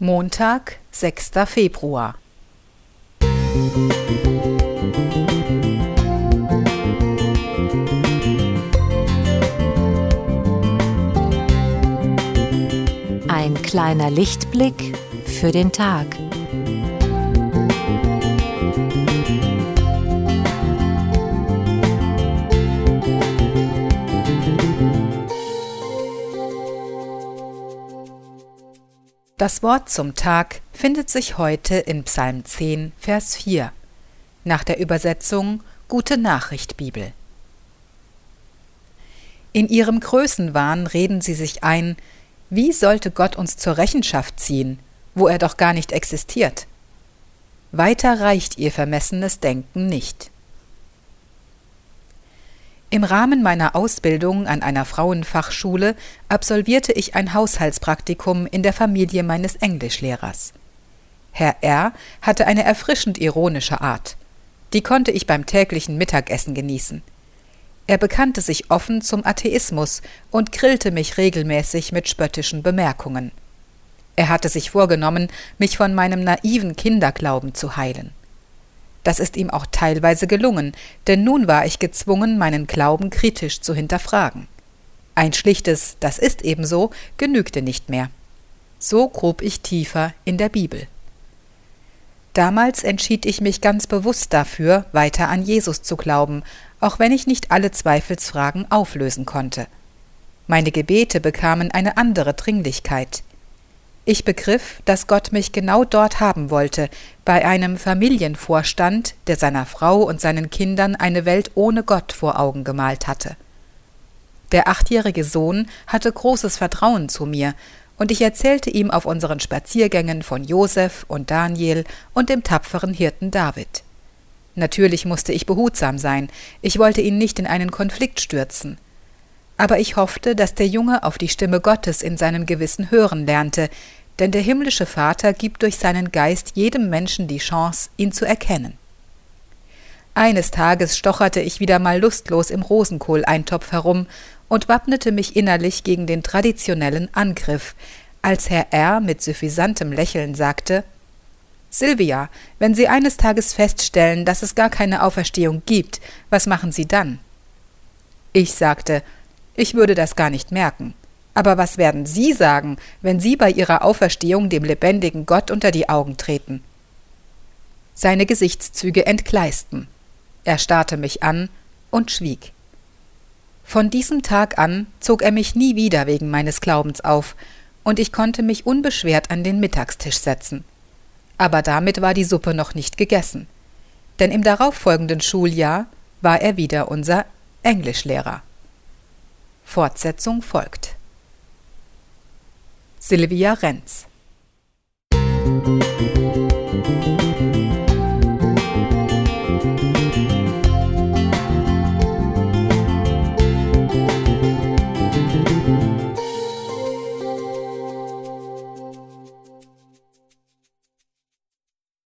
Montag, 6. Februar. Ein kleiner Lichtblick für den Tag. Das Wort zum Tag findet sich heute in Psalm 10, Vers 4, nach der Übersetzung Gute Nachricht Bibel. In ihrem Größenwahn reden sie sich ein, wie sollte Gott uns zur Rechenschaft ziehen, wo er doch gar nicht existiert? Weiter reicht ihr vermessenes Denken nicht. Im Rahmen meiner Ausbildung an einer Frauenfachschule absolvierte ich ein Haushaltspraktikum in der Familie meines Englischlehrers. Herr R. hatte eine erfrischend ironische Art. Die konnte ich beim täglichen Mittagessen genießen. Er bekannte sich offen zum Atheismus und grillte mich regelmäßig mit spöttischen Bemerkungen. Er hatte sich vorgenommen, mich von meinem naiven Kinderglauben zu heilen. Das ist ihm auch teilweise gelungen, denn nun war ich gezwungen, meinen Glauben kritisch zu hinterfragen. Ein schlichtes »Das ist ebenso« genügte nicht mehr. So grub ich tiefer in der Bibel. Damals entschied ich mich ganz bewusst dafür, weiter an Jesus zu glauben, auch wenn ich nicht alle Zweifelsfragen auflösen konnte. Meine Gebete bekamen eine andere Dringlichkeit. Ich begriff, dass Gott mich genau dort haben wollte, bei einem Familienvorstand, der seiner Frau und seinen Kindern eine Welt ohne Gott vor Augen gemalt hatte. Der 8-jährige Sohn hatte großes Vertrauen zu mir, und ich erzählte ihm auf unseren Spaziergängen von Josef und Daniel und dem tapferen Hirten David. Natürlich musste ich behutsam sein, ich wollte ihn nicht in einen Konflikt stürzen. Aber ich hoffte, dass der Junge auf die Stimme Gottes in seinem Gewissen hören lernte, denn der himmlische Vater gibt durch seinen Geist jedem Menschen die Chance, ihn zu erkennen. Eines Tages stocherte ich wieder mal lustlos im Rosenkohleintopf herum und wappnete mich innerlich gegen den traditionellen Angriff, als Herr R. mit suffisantem Lächeln sagte: »Silvia, wenn Sie eines Tages feststellen, dass es gar keine Auferstehung gibt, was machen Sie dann?« Ich sagte: »Ich würde das gar nicht merken. Aber was werden Sie sagen, wenn Sie bei Ihrer Auferstehung dem lebendigen Gott unter die Augen treten?« Seine Gesichtszüge entgleisten. Er starrte mich an und schwieg. Von diesem Tag an zog er mich nie wieder wegen meines Glaubens auf, und ich konnte mich unbeschwert an den Mittagstisch setzen. Aber damit war die Suppe noch nicht gegessen. Denn im darauffolgenden Schuljahr war er wieder unser Englischlehrer. Fortsetzung folgt. Silvia Renz.